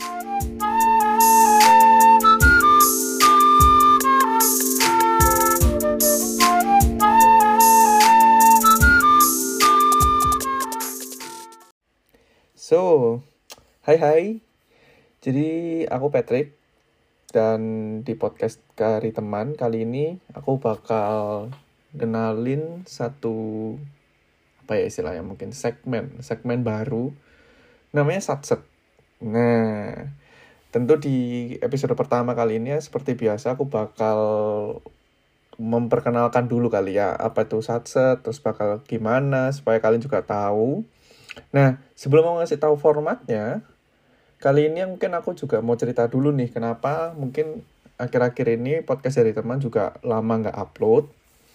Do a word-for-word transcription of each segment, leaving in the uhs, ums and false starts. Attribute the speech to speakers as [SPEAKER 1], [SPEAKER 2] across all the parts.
[SPEAKER 1] So, hai hai. Jadi aku Patrick dan di podcast Kari Teman kali ini aku bakal kenalin satu apa ya istilahnya mungkin segmen, segmen baru namanya Satset. Nah, tentu di episode pertama kali ini ya, seperti biasa aku bakal memperkenalkan dulu kali ya apa itu Satset, terus bakal gimana supaya kalian juga tahu. Nah, sebelum mau ngasih tahu formatnya, kali ini mungkin aku juga mau cerita dulu nih, kenapa mungkin akhir-akhir ini podcast dari teman juga lama nggak upload.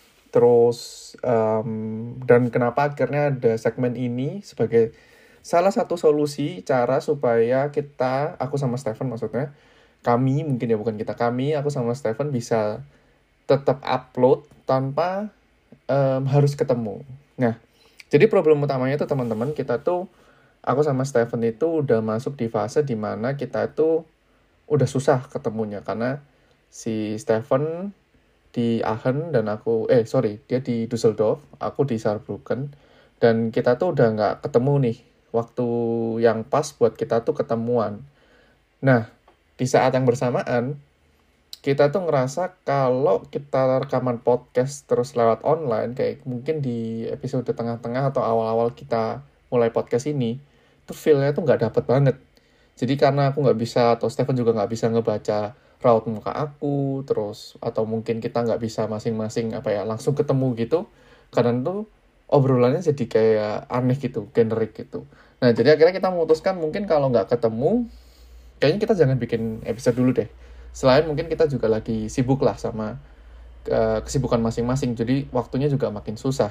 [SPEAKER 1] Terus, um, dan kenapa akhirnya ada segmen ini sebagai salah satu solusi cara supaya kita, aku sama Stephen maksudnya, kami, mungkin ya bukan kita, kami, aku sama Stephen bisa tetap upload tanpa um, harus ketemu. Nah, jadi problem utamanya itu teman-teman, kita tuh, aku sama Stephen itu udah masuk di fase dimana kita itu udah susah ketemunya. Karena si Stephen di Aachen dan aku, eh sorry, dia di Düsseldorf, aku di Saarbrücken. Dan kita tuh udah nggak ketemu nih, waktu yang pas buat kita tuh ketemuan. Nah, di saat yang bersamaan, kita tuh ngerasa kalau kita rekaman podcast terus lewat online, kayak mungkin di episode tengah-tengah atau awal-awal kita mulai podcast ini, tuh feel-nya tuh nggak dapet banget. Jadi karena aku nggak bisa, atau Stephen juga nggak bisa ngebaca raut muka aku, terus, atau mungkin kita nggak bisa masing-masing, apa ya, langsung ketemu gitu, kadang tuh obrolannya jadi kayak aneh gitu, generik gitu. Nah, jadi akhirnya kita memutuskan mungkin kalau nggak ketemu, kayaknya kita jangan bikin episode dulu deh. Selain mungkin kita juga lagi sibuk lah sama uh, kesibukan masing-masing, jadi waktunya juga makin susah.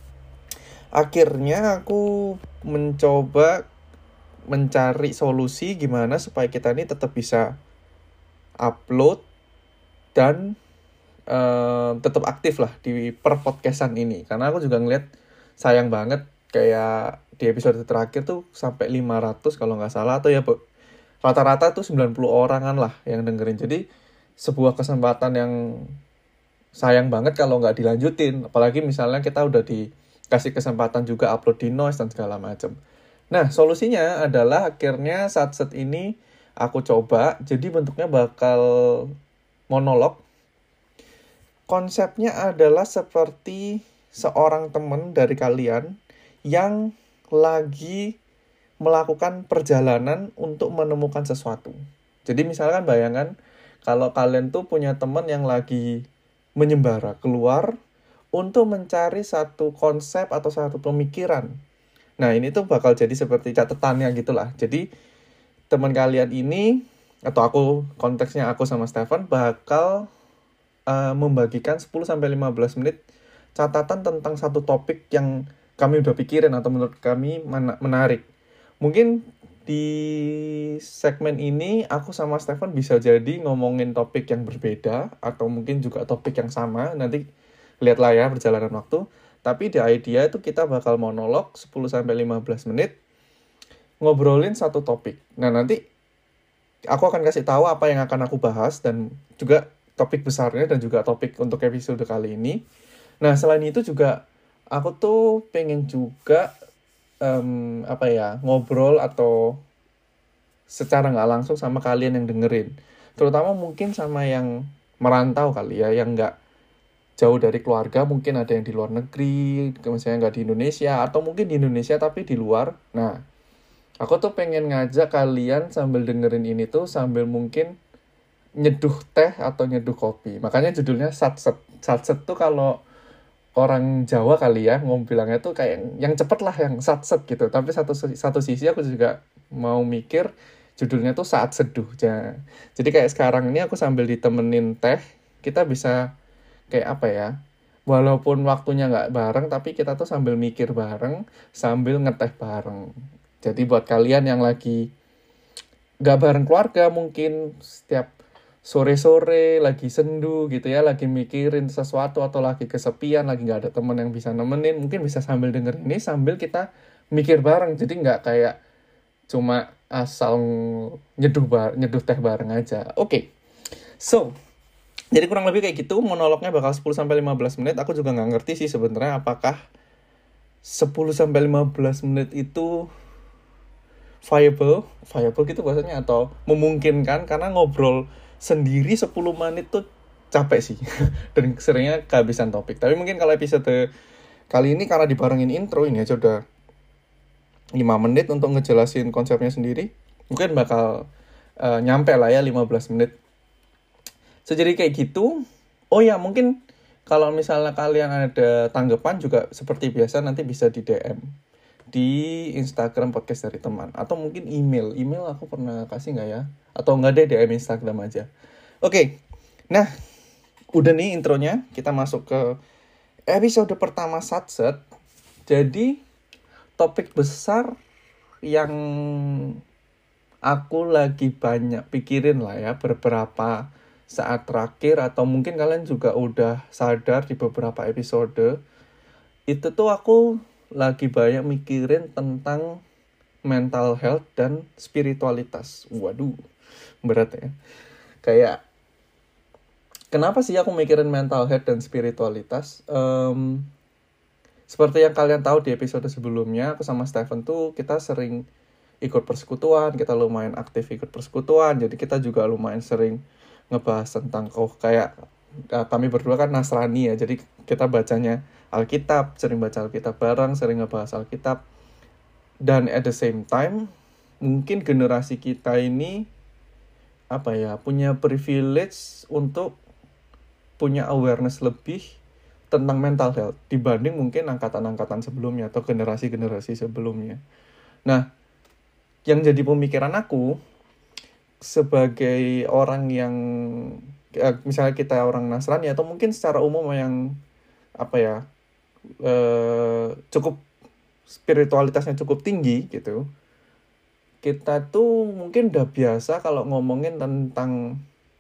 [SPEAKER 1] Akhirnya aku mencoba mencari solusi gimana supaya kita ini tetap bisa upload dan uh, tetap aktif lah di per podcastan ini. Karena aku juga ngeliat sayang banget kayak di episode terakhir tuh sampai lima ratus kalau nggak salah, atau ya bu, rata-rata tuh sembilan puluh orangan lah yang dengerin. Jadi sebuah kesempatan yang sayang banget kalau nggak dilanjutin. Apalagi misalnya kita udah dikasih kesempatan juga upload di Noise dan segala macam. Nah, solusinya adalah akhirnya Satset ini aku coba. Jadi bentuknya bakal monolog. Konsepnya adalah seperti seorang teman dari kalian yang lagi melakukan perjalanan untuk menemukan sesuatu. Jadi misalkan bayangan kalau kalian tuh punya teman yang lagi menyembara keluar untuk mencari satu konsep atau satu pemikiran. Nah, ini tuh bakal jadi seperti catatannya gitulah. Jadi teman kalian ini, atau aku, konteksnya aku sama Stephen bakal uh, membagikan sepuluh sampai lima belas menit catatan tentang satu topik yang kami udah pikirin atau menurut kami menarik. Mungkin di segmen ini aku sama Stephen bisa jadi ngomongin topik yang berbeda atau mungkin juga topik yang sama. Nanti lihatlah ya perjalanan waktu. Tapi di idea itu kita bakal monolog sepuluh sampai lima belas menit ngobrolin satu topik. Nah, nanti aku akan kasih tahu apa yang akan aku bahas dan juga topik besarnya dan juga topik untuk episode kali ini. Nah, selain itu juga aku tuh pengen juga Um, apa ya, ngobrol atau secara nggak langsung sama kalian yang dengerin. Terutama mungkin sama yang merantau kali ya, yang nggak jauh dari keluarga, mungkin ada yang di luar negeri, misalnya nggak di Indonesia, atau mungkin di Indonesia tapi di luar. Nah, aku tuh pengen ngajak kalian sambil dengerin ini tuh, sambil mungkin nyeduh teh atau nyeduh kopi. Makanya judulnya Satset. Satset tuh kalau orang Jawa kali ya, ngomong bilangnya tuh kayak yang cepet lah, yang satset gitu. Tapi satu satu sisi aku juga mau mikir judulnya tuh Saat Seduh. Jadi kayak sekarang ini aku sambil ditemenin teh, kita bisa kayak apa ya, walaupun waktunya nggak bareng, tapi kita tuh sambil mikir bareng, sambil ngeteh bareng. Jadi buat kalian yang lagi nggak bareng keluarga, mungkin setiap sore-sore lagi sendu gitu ya, lagi mikirin sesuatu atau lagi kesepian, lagi nggak ada teman yang bisa nemenin, mungkin bisa sambil denger ini sambil kita mikir bareng. Jadi nggak kayak cuma asal nyeduh bar, nyeduh teh bareng aja. Oke. Okay. So, jadi kurang lebih kayak gitu, monolognya bakal sepuluh sampai lima belas menit. Aku juga nggak ngerti sih sebenarnya apakah sepuluh sampai lima belas menit itu viable, viable gitu bahasanya, atau memungkinkan, karena ngobrol sendiri sepuluh menit tuh capek sih. Dan seringnya kehabisan topik. Tapi mungkin kalau episode kali ini karena dibarengin intro, ini aja udah lima menit untuk ngejelasin konsepnya sendiri. Mungkin bakal uh, nyampe lah ya lima belas menit. So, jadi kayak gitu. Oh ya, mungkin kalau misalnya kalian ada tanggapan juga seperti biasa nanti bisa di D M di Instagram podcast dari teman, atau mungkin email. Email aku pernah kasih nggak ya? Atau nggak deh, D M Instagram aja. Oke, okay. Nah udah nih intronya. Kita masuk ke episode pertama Satset. Jadi topik besar yang aku lagi banyak pikirin lah ya beberapa saat terakhir, atau mungkin kalian juga udah sadar di beberapa episode, itu tuh aku lagi banyak mikirin tentang mental health dan spiritualitas. Waduh, berat ya. Kayak, kenapa sih aku mikirin mental health dan spiritualitas? Um, seperti yang kalian tahu di episode sebelumnya, aku sama Stephen tuh kita sering ikut persekutuan, kita lumayan aktif ikut persekutuan, jadi kita juga lumayan sering ngebahas tentang, oh kayak kami berdua kan Nasrani ya, jadi kita bacanya Alkitab, sering baca Alkitab bareng, sering ngebahas Alkitab. Dan at the same time, mungkin generasi kita ini apa ya, punya privilege untuk punya awareness lebih tentang mental health dibanding mungkin angkatan-angkatan sebelumnya atau generasi-generasi sebelumnya. Nah, yang jadi pemikiran aku sebagai orang yang misalnya kita orang Nasrani, atau mungkin secara umum yang apa ya, eh, cukup spiritualitasnya cukup tinggi gitu, kita tuh mungkin udah biasa kalau ngomongin tentang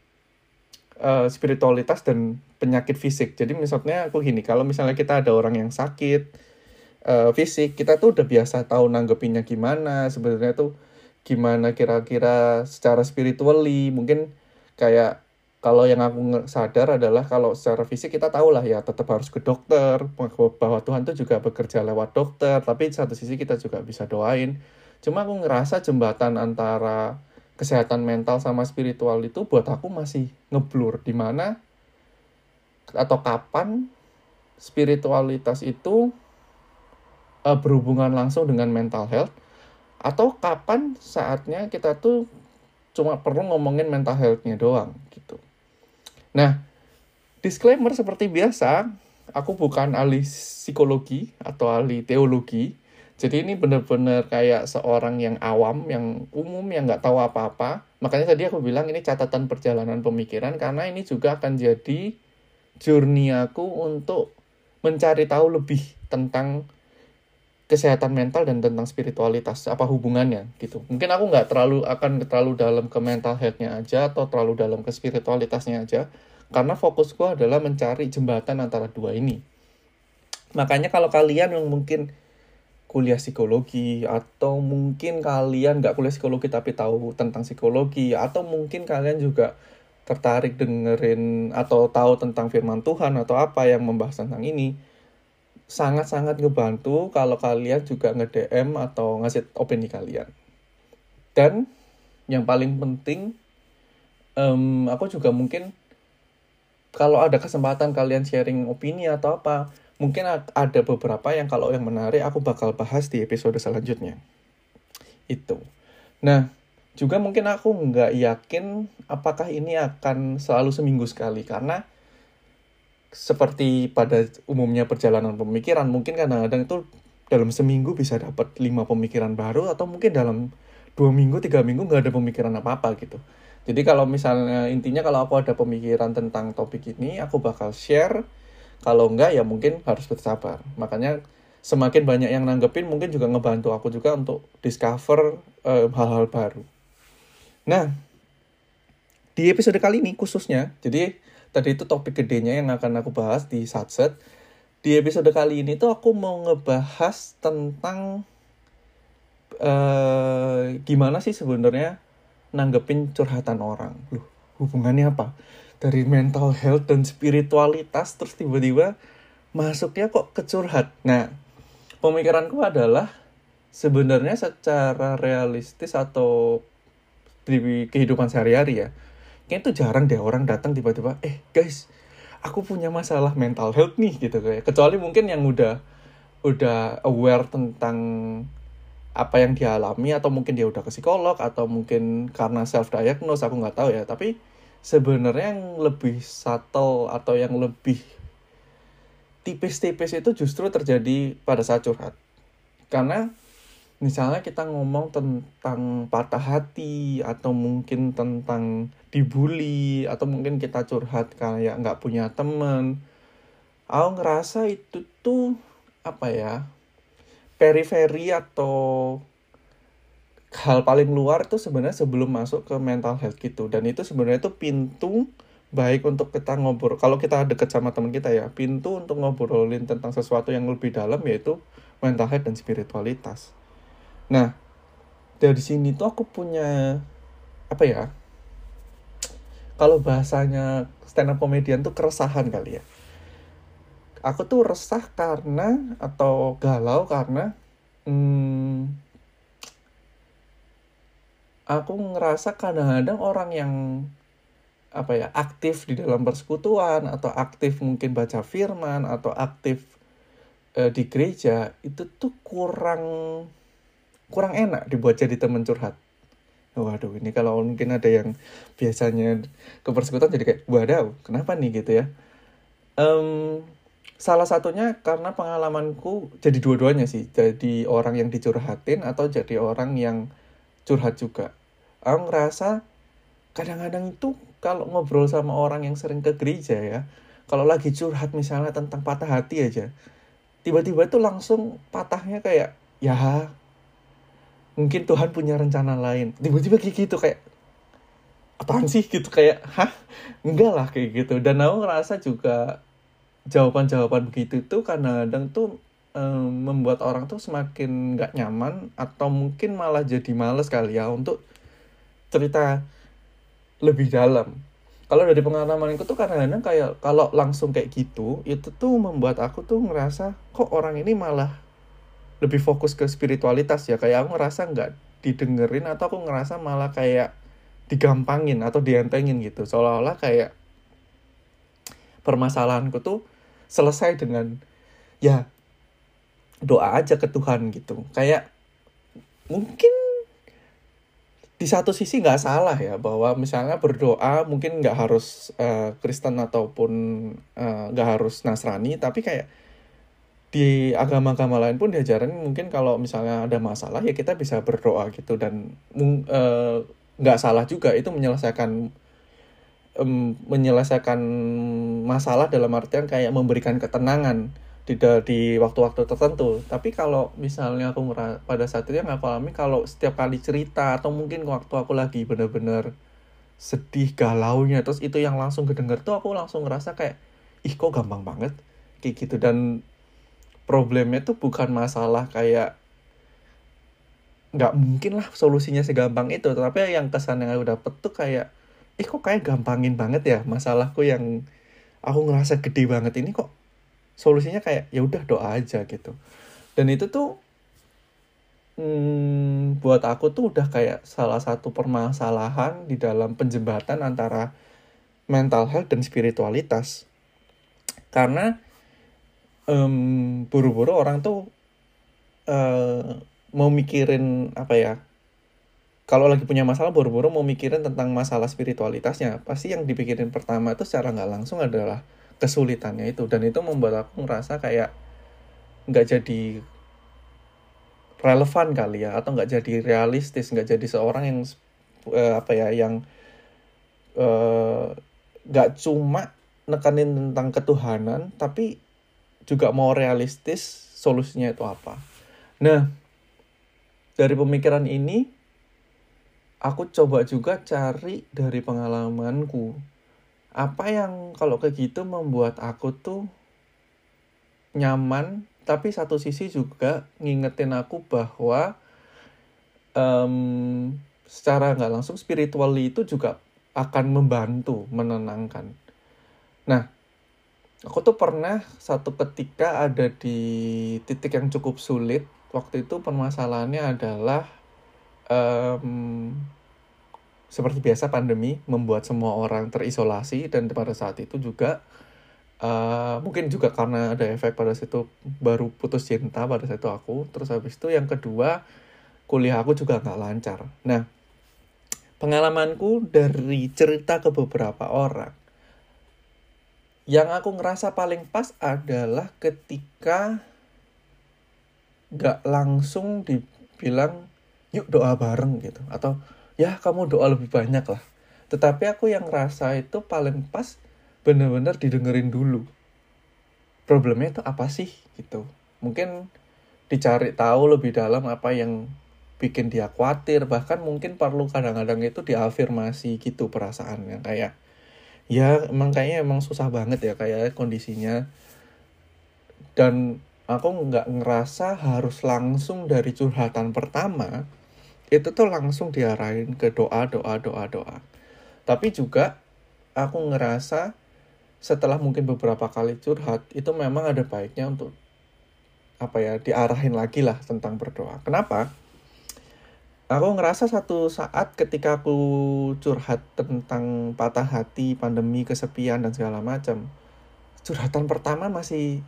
[SPEAKER 1] uh, spiritualitas dan penyakit fisik. Jadi misalnya aku gini, kalau misalnya kita ada orang yang sakit uh, fisik, kita tuh udah biasa tahu nanggepinnya gimana, sebenarnya tuh gimana kira-kira secara spiritually. Mungkin kayak kalau yang aku sadar adalah kalau secara fisik kita tahu lah ya, tetap harus ke dokter, bahwa Tuhan tuh juga bekerja lewat dokter, tapi satu sisi kita juga bisa doain. Cuma aku ngerasa jembatan antara kesehatan mental sama spiritual itu buat aku masih ngeblur, di mana atau kapan spiritualitas itu uh, berhubungan langsung dengan mental health, atau kapan saatnya kita tuh cuma perlu ngomongin mental health-nya doang gitu. Nah, disclaimer seperti biasa, aku bukan ahli psikologi atau ahli teologi. Jadi ini benar-benar kayak seorang yang awam, yang umum, yang nggak tahu apa-apa. Makanya tadi aku bilang ini catatan perjalanan pemikiran, karena ini juga akan jadi journey aku untuk mencari tahu lebih tentang kesehatan mental dan tentang spiritualitas, apa hubungannya gitu. Mungkin aku nggak terlalu akan terlalu dalam ke mental health-nya aja, atau terlalu dalam ke spiritualitasnya aja, karena fokusku adalah mencari jembatan antara dua ini. Makanya kalau kalian yang mungkin kuliah psikologi, atau mungkin kalian nggak kuliah psikologi tapi tahu tentang psikologi, atau mungkin kalian juga tertarik dengerin atau tahu tentang firman Tuhan atau apa yang membahas tentang ini, sangat-sangat ngebantu kalau kalian juga nge-D M atau ngasih opini kalian. Dan yang paling penting, um, aku juga mungkin kalau ada kesempatan kalian sharing opini atau apa, mungkin ada beberapa yang kalau yang menarik aku bakal bahas di episode selanjutnya. Itu. Nah, juga mungkin aku nggak yakin apakah ini akan selalu seminggu sekali, karena seperti pada umumnya perjalanan pemikiran, mungkin kadang-kadang itu dalam seminggu bisa dapat lima pemikiran baru, atau mungkin dalam dua minggu, tiga minggu nggak ada pemikiran apa-apa gitu. Jadi kalau misalnya intinya kalau aku ada pemikiran tentang topik ini, aku bakal share. Kalau enggak ya mungkin harus bersabar. Makanya semakin banyak yang nanggepin, mungkin juga ngebantu aku juga untuk discover uh, hal-hal baru. Nah, di episode kali ini khususnya, jadi tadi itu topik gedenya yang akan aku bahas di Satset. Di episode kali ini tuh aku mau ngebahas tentang eh gimana sih sebenarnya nanggepin curhatan orang? Loh, hubungannya apa? Dari mental health dan spiritualitas terus tiba-tiba masuknya kok ke curhat. Nah, pemikiranku adalah sebenarnya secara realistis atau di kehidupan sehari-hari ya, kayaknya itu jarang deh orang datang tiba-tiba, eh guys, aku punya masalah mental health nih gitu kayak. Kecuali mungkin yang udah udah aware tentang apa yang dia alami, atau mungkin dia udah ke psikolog, atau mungkin karena self diagnose, aku nggak tahu ya. Tapi sebenarnya yang lebih subtle atau yang lebih tipis-tipis itu justru terjadi pada saat curhat. Karena misalnya kita ngomong tentang patah hati, atau mungkin tentang dibully, atau mungkin kita curhat kayak nggak punya temen, aku ngerasa itu tuh apa ya, periferi atau hal paling luar tuh sebenarnya sebelum masuk ke mental health gitu. Dan itu sebenarnya tuh pintu baik untuk kita ngobrol, kalau kita deket sama teman kita ya, pintu untuk ngobrolin tentang sesuatu yang lebih dalam, yaitu mental health dan spiritualitas. Nah, dari sini tuh aku punya apa ya, kalau bahasanya stand up comedian tuh keresahan kali ya. Aku tuh resah karena, atau galau karena hmm, aku ngerasa kadang-kadang orang yang apa ya, aktif di dalam persekutuan, atau aktif mungkin baca firman, atau aktif eh, di gereja, itu tuh kurang kurang enak dibuat jadi teman curhat. Waduh, ini kalau mungkin ada yang biasanya ke persekutuan jadi kayak, waduh, kenapa nih gitu ya. Um, salah satunya karena pengalamanku jadi dua-duanya sih. Jadi orang yang dicurhatin atau jadi orang yang curhat juga. Aku ngerasa kadang-kadang itu kalau ngobrol sama orang yang sering ke gereja ya, kalau lagi curhat misalnya tentang patah hati aja, tiba-tiba tuh langsung patahnya kayak, ya mungkin Tuhan punya rencana lain. Tiba-tiba kayak gitu, kayak apaan sih gitu, kayak hah, enggak lah kayak gitu. Dan aku ngerasa juga jawaban-jawaban begitu tuh kadang-kadang tuh um, membuat orang tuh semakin nggak nyaman, atau mungkin malah jadi males kali ya untuk cerita lebih dalam. Kalau dari pengalamanku tuh kadang-kadang kayak kalau langsung kayak gitu, itu tuh membuat aku tuh ngerasa kok orang ini malah lebih fokus ke spiritualitas ya. Kayak aku ngerasa nggak didengerin, atau aku ngerasa malah kayak digampangin atau dientengin gitu. Seolah-olah kayak permasalahanku tuh selesai dengan ya doa aja ke Tuhan gitu. Kayak mungkin di satu sisi nggak salah ya, bahwa misalnya berdoa mungkin nggak harus uh, Kristen ataupun uh, nggak harus Nasrani, tapi kayak di agama-agama lain pun diajarin mungkin kalau misalnya ada masalah ya kita bisa berdoa gitu. Dan uh, nggak salah juga itu menyelesaikan um, menyelesaikan masalah dalam artian kayak memberikan ketenangan di di waktu-waktu tertentu. Tapi kalau misalnya aku ngera- pada saat itu yang aku alami, kalau setiap kali cerita, atau mungkin waktu aku lagi bener-bener sedih galaunya, terus itu yang langsung kedenger tuh aku langsung ngerasa kayak, ih kok gampang banget kayak gitu. Dan problemnya tuh bukan masalah kayak nggak mungkin lah solusinya segampang itu, tapi yang kesan yang aku dapet tuh kayak, ih kok kayak gampangin banget ya masalahku yang aku ngerasa gede banget ini, kok solusinya kayak ya udah doa aja gitu. Dan itu tuh hmm, buat aku tuh udah kayak salah satu permasalahan di dalam penjembatan antara mental health dan spiritualitas. Karena um, buru-buru orang tuh uh, mau mikirin apa ya, kalau lagi punya masalah buru-buru mau mikirin tentang masalah spiritualitasnya, pasti yang dipikirin pertama itu secara nggak langsung adalah kesulitannya itu. Dan itu membuat aku ngerasa kayak nggak jadi relevan kali ya, atau nggak jadi realistis, nggak jadi seorang yang uh, apa ya, yang nggak uh, cuma nekanin tentang ketuhanan, tapi juga mau realistis solusinya itu apa. Nah, dari pemikiran ini aku coba juga cari dari pengalamanku, apa yang kalau kayak gitu membuat aku tuh nyaman, tapi satu sisi juga ngingetin aku bahwa um, secara nggak langsung spiritually itu juga akan membantu menenangkan. Nah, aku tuh pernah satu ketika ada di titik yang cukup sulit. Waktu itu permasalahannya adalah um, seperti biasa pandemi membuat semua orang terisolasi, dan pada saat itu juga uh, mungkin juga karena ada efek pada situ baru putus cinta pada saat itu aku. Terus habis itu yang kedua, kuliah aku juga nggak lancar. Nah, pengalamanku dari cerita ke beberapa orang, yang aku ngerasa paling pas adalah ketika gak langsung dibilang yuk doa bareng gitu, atau ya kamu doa lebih banyak lah. Tetapi aku yang ngerasa itu paling pas bener-bener didengerin dulu. Problemnya itu apa sih gitu. Mungkin dicari tahu lebih dalam apa yang bikin dia khawatir. Bahkan mungkin perlu kadang-kadang itu diafirmasi gitu perasaannya. Kayak ya emang kayaknya emang susah banget ya kayak kondisinya. Dan aku nggak ngerasa harus langsung dari curhatan pertama itu tuh langsung diarahin ke doa, doa, doa, doa. Tapi juga aku ngerasa setelah mungkin beberapa kali curhat, itu memang ada baiknya untuk apa ya, diarahin lagi lah tentang berdoa. Kenapa? Aku ngerasa satu saat ketika aku curhat tentang patah hati, pandemi, kesepian, dan segala macam, curhatan pertama masih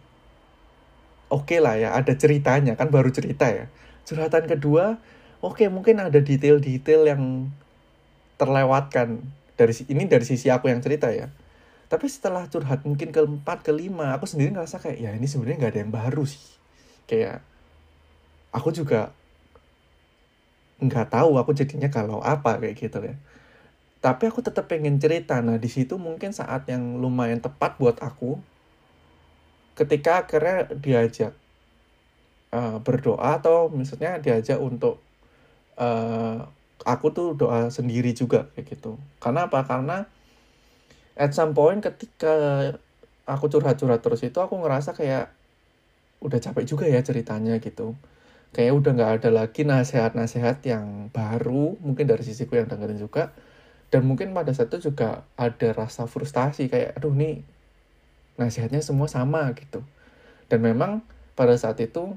[SPEAKER 1] oke okay lah ya, ada ceritanya, kan baru cerita ya. Curhatan kedua, oke okay, mungkin ada detail-detail yang terlewatkan. Dari ini dari sisi aku yang cerita ya. Tapi setelah curhat mungkin keempat, kelima, aku sendiri ngerasa kayak, ya ini sebenarnya nggak ada yang baru sih. Kayak, aku juga nggak tahu aku jadinya kalau apa kayak gitu ya. Tapi aku tetap pengen cerita. Nah di situ mungkin saat yang lumayan tepat buat aku, ketika akhirnya diajak uh, berdoa, atau misalnya diajak untuk uh, aku tuh doa sendiri juga kayak gitu. Karena apa? Karena at some point ketika aku curhat-curhat terus itu, aku ngerasa kayak udah capek juga ya ceritanya gitu. Kayak udah gak ada lagi nasihat-nasihat yang baru, mungkin dari sisiku yang dengerin juga. Dan mungkin pada saat itu juga ada rasa frustasi, kayak aduh nih nasihatnya semua sama gitu. Dan memang pada saat itu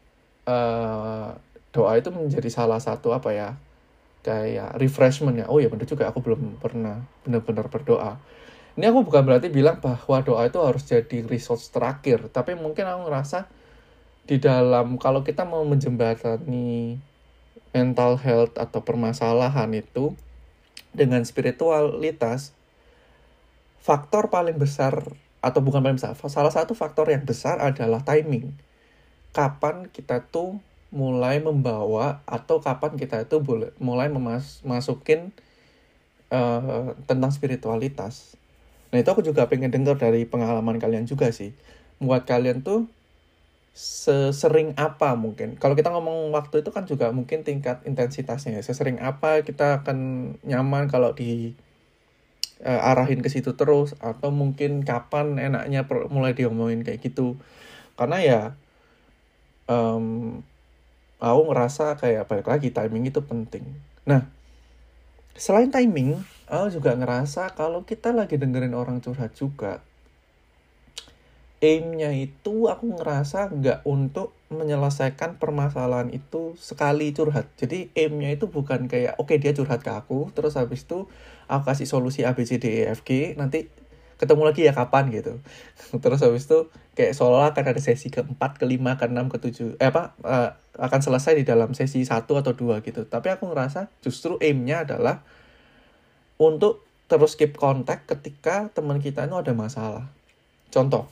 [SPEAKER 1] uh, doa itu menjadi salah satu apa ya, kayak refreshment ya. Oh ya bener juga, aku belum pernah benar-benar berdoa. Ini aku bukan berarti bilang bahwa doa itu harus jadi resource terakhir, tapi mungkin aku ngerasa di dalam, kalau kita mau menjembatani mental health atau permasalahan itu dengan spiritualitas, faktor paling besar, atau bukan paling besar, salah satu faktor yang besar adalah timing. Kapan kita tuh mulai membawa, atau kapan kita itu boleh mulai memasukin uh, tentang spiritualitas. Nah itu aku juga pengen dengar dari pengalaman kalian juga sih. Buat kalian tuh sesering apa mungkin. Kalau kita ngomong waktu itu kan juga mungkin tingkat intensitasnya ya. Sesering apa kita akan nyaman kalau di uh, arahin ke situ terus, atau mungkin kapan enaknya per- mulai diomongin kayak gitu. Karena ya um, aku ngerasa kayak balik lagi timing itu penting. Nah, selain timing, aku juga ngerasa kalau kita lagi dengerin orang curhat juga, aim-nya itu aku ngerasa nggak untuk menyelesaikan permasalahan itu sekali curhat. Jadi aim-nya itu bukan kayak, oke okay, dia curhat ke aku, terus habis itu aku kasih solusi A, B, C, D, E, F, G, nanti ketemu lagi ya kapan gitu. Terus habis itu kayak seolah akan ada sesi keempat, kelima, keenam, ketujuh, eh apa, uh, akan selesai di dalam sesi satu atau dua gitu. Tapi aku ngerasa justru aim-nya adalah untuk terus keep kontak ketika teman kita itu ada masalah. Contoh,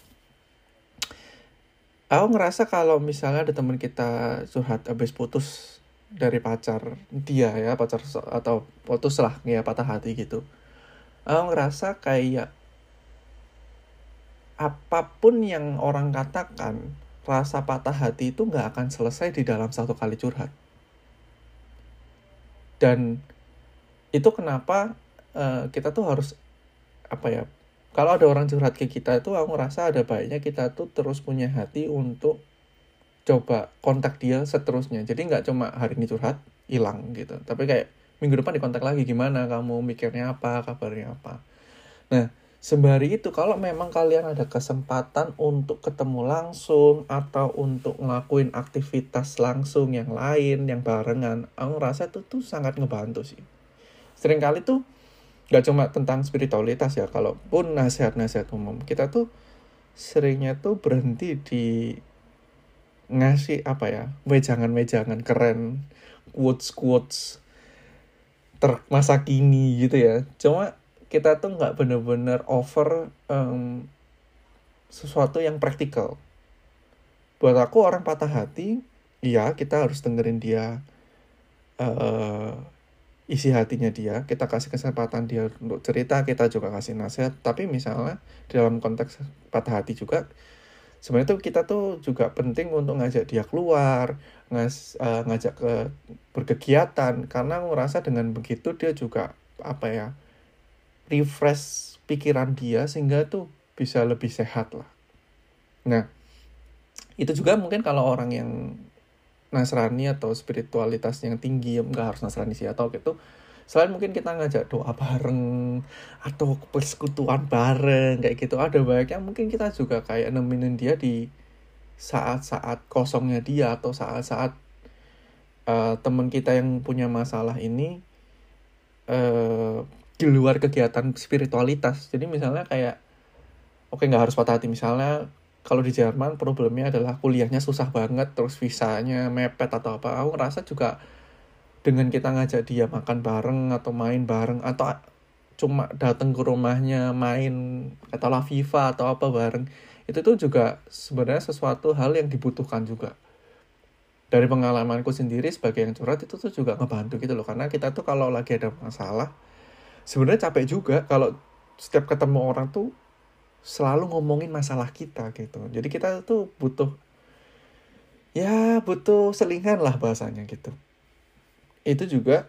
[SPEAKER 1] aku ngerasa kalau misalnya ada teman kita curhat habis putus dari pacar dia ya, pacar atau putus lah ya, patah hati gitu. Aku ngerasa kayak apapun yang orang katakan, rasa patah hati itu nggak akan selesai di dalam satu kali curhat. Dan itu kenapa uh, kita tuh harus apa ya, kalau ada orang curhat ke kita itu, aku ngerasa ada baiknya kita tuh terus punya hati untuk coba kontak dia seterusnya. Jadi nggak cuma hari ini curhat, hilang gitu. Tapi kayak minggu depan dikontak lagi, gimana kamu, mikirnya apa, kabarnya apa. Nah, sembari itu kalau memang kalian ada kesempatan untuk ketemu langsung atau untuk ngelakuin aktivitas langsung yang lain, yang barengan, aku ngerasa itu tuh sangat ngebantu sih. Seringkali tuh gak cuma tentang spiritualitas ya, kalaupun nasihat-nasihat umum, kita tuh seringnya tuh berhenti di ngasih apa ya, wejangan-wejangan keren, quotes-quotes termasa kini gitu ya. Cuma kita tuh nggak bener-bener over um, sesuatu yang praktikal. Buat aku orang patah hati, iya kita harus dengerin dia, uh, isi hatinya dia, kita kasih kesempatan dia untuk cerita, kita juga kasih nasihat. Tapi misalnya dalam konteks patah hati juga, sebenarnya tuh kita tuh juga penting untuk ngajak dia keluar, ngas, uh, ngajak ke berkegiatan, karena aku ngerasa dengan begitu dia juga apa ya, refresh pikiran dia sehingga tuh bisa lebih sehat lah. Nah, itu juga mungkin kalau orang yang Nasrani atau spiritualitas yang tinggi, nggak harus Nasrani sih atau gitu, selain mungkin kita ngajak doa bareng atau persekutuan bareng kayak gitu, ada baiknya mungkin kita juga kayak nemenin dia di saat-saat kosongnya dia atau saat-saat uh, teman kita yang punya masalah ini uh, di luar kegiatan spiritualitas. Jadi misalnya kayak, oke nggak harus patah hati, misalnya kalau di Jerman problemnya adalah kuliahnya susah banget, terus visanya mepet atau apa, aku ngerasa juga dengan kita ngajak dia makan bareng atau main bareng atau cuma datang ke rumahnya main katalah FIFA atau apa bareng, itu tuh juga sebenarnya sesuatu hal yang dibutuhkan juga. Dari pengalamanku sendiri sebagai yang curhat, itu tuh juga ngebantu gitu loh, karena kita tuh kalau lagi ada masalah sebenarnya capek juga kalau setiap ketemu orang tuh selalu ngomongin masalah kita gitu. Jadi kita tuh butuh, ya butuh selingan lah bahasanya gitu. Itu juga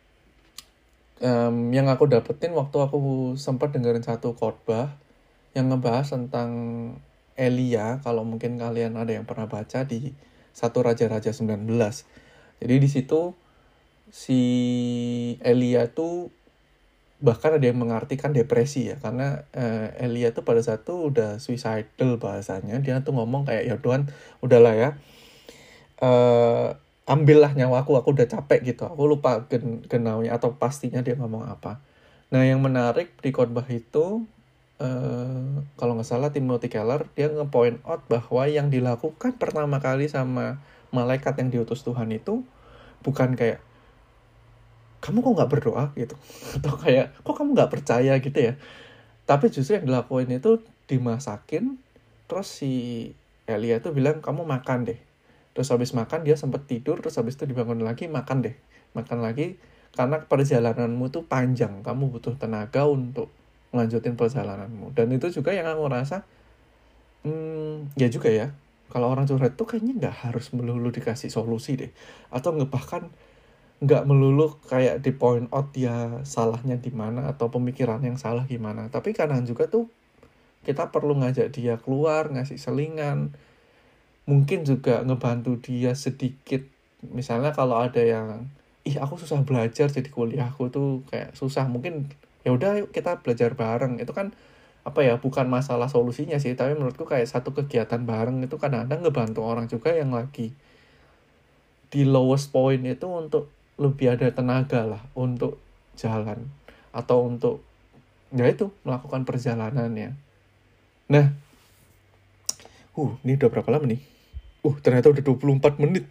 [SPEAKER 1] um, yang aku dapetin waktu aku sempat dengerin satu khotbah yang ngebahas tentang Elia. Kalau mungkin kalian ada yang pernah baca di satu Raja-Raja sembilan belas. Jadi di situ si Elia tuh bahkan ada yang mengartikan depresi ya, karena uh, Elia tuh pada saat itu udah suicidal bahasanya. Dia tuh ngomong kayak, ya Tuhan udahlah ya, uh, ambillah nyawaku, aku udah capek gitu. Aku lupa gen genaunya atau pastinya dia ngomong apa. Nah yang menarik di khotbah itu, uh, kalau nggak salah Timothy Keller, dia nge-point out bahwa yang dilakukan pertama kali sama malaikat yang diutus Tuhan itu bukan kayak, kamu kok nggak berdoa gitu, atau kayak kok kamu nggak percaya gitu ya, tapi justru yang dilakuin itu dimasakin, terus si Elia tuh bilang kamu makan deh, terus habis makan dia sempat tidur, terus habis itu dibangun lagi, makan deh, makan lagi, karena perjalananmu tuh panjang, kamu butuh tenaga untuk melanjutin perjalananmu. Dan itu juga yang aku rasa, hmm, ya juga ya, kalau orang curhat tuh kayaknya nggak harus melulu dikasih solusi deh, atau nggak bahkan nggak melulu kayak di point out dia salahnya di mana atau pemikiran yang salah gimana. Tapi kadang juga tuh kita perlu ngajak dia keluar, ngasih selingan, mungkin juga ngebantu dia sedikit. Misalnya kalau ada yang, ih aku susah belajar jadi kuliahku tuh kayak susah, mungkin ya udah yuk kita belajar bareng. Itu kan apa ya, bukan masalah solusinya sih, tapi menurutku kayak satu kegiatan bareng itu kadang-kadang ngebantu orang juga yang lagi di lowest point itu untuk lebih ada tenaga lah untuk jalan atau untuk ya itu melakukan perjalanannya. Nah, uh ini udah berapa lama nih? Uh ternyata udah dua puluh empat menit.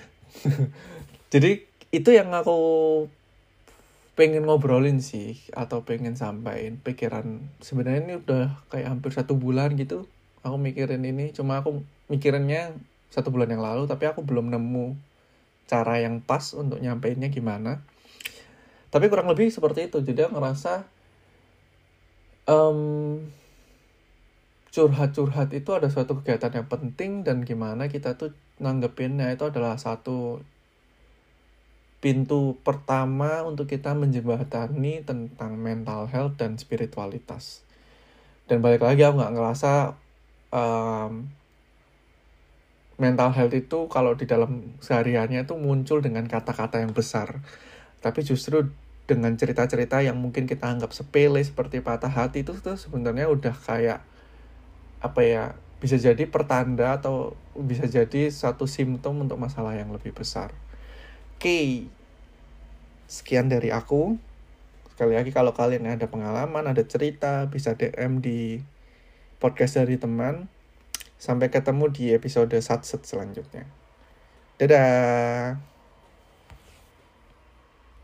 [SPEAKER 1] Jadi itu yang aku pengen ngobrolin sih, atau pengen sampaikan pikiran. Sebenarnya ini udah kayak hampir satu bulan gitu aku mikirin ini. Cuma aku mikirinnya satu bulan yang lalu, tapi aku belum nemu cara yang pas untuk nyampeinnya gimana. Tapi kurang lebih seperti itu. Jadi aku ngerasa um, curhat-curhat itu ada suatu kegiatan yang penting, dan gimana kita tuh nanggepinnya itu adalah satu pintu pertama untuk kita menjembatani tentang mental health dan spiritualitas. Dan balik lagi, aku gak ngerasa um, mental health itu kalau di dalam sehariannya itu muncul dengan kata-kata yang besar. Tapi justru dengan cerita-cerita yang mungkin kita anggap sepele seperti patah hati itu tuh sebenarnya udah kayak apa ya, bisa jadi pertanda atau bisa jadi satu simptom untuk masalah yang lebih besar. Oke, sekian dari aku. Sekali lagi kalau kalian ada pengalaman, ada cerita, bisa D M di podcast dari teman. Sampai ketemu di episode Satset selanjutnya. Dadah!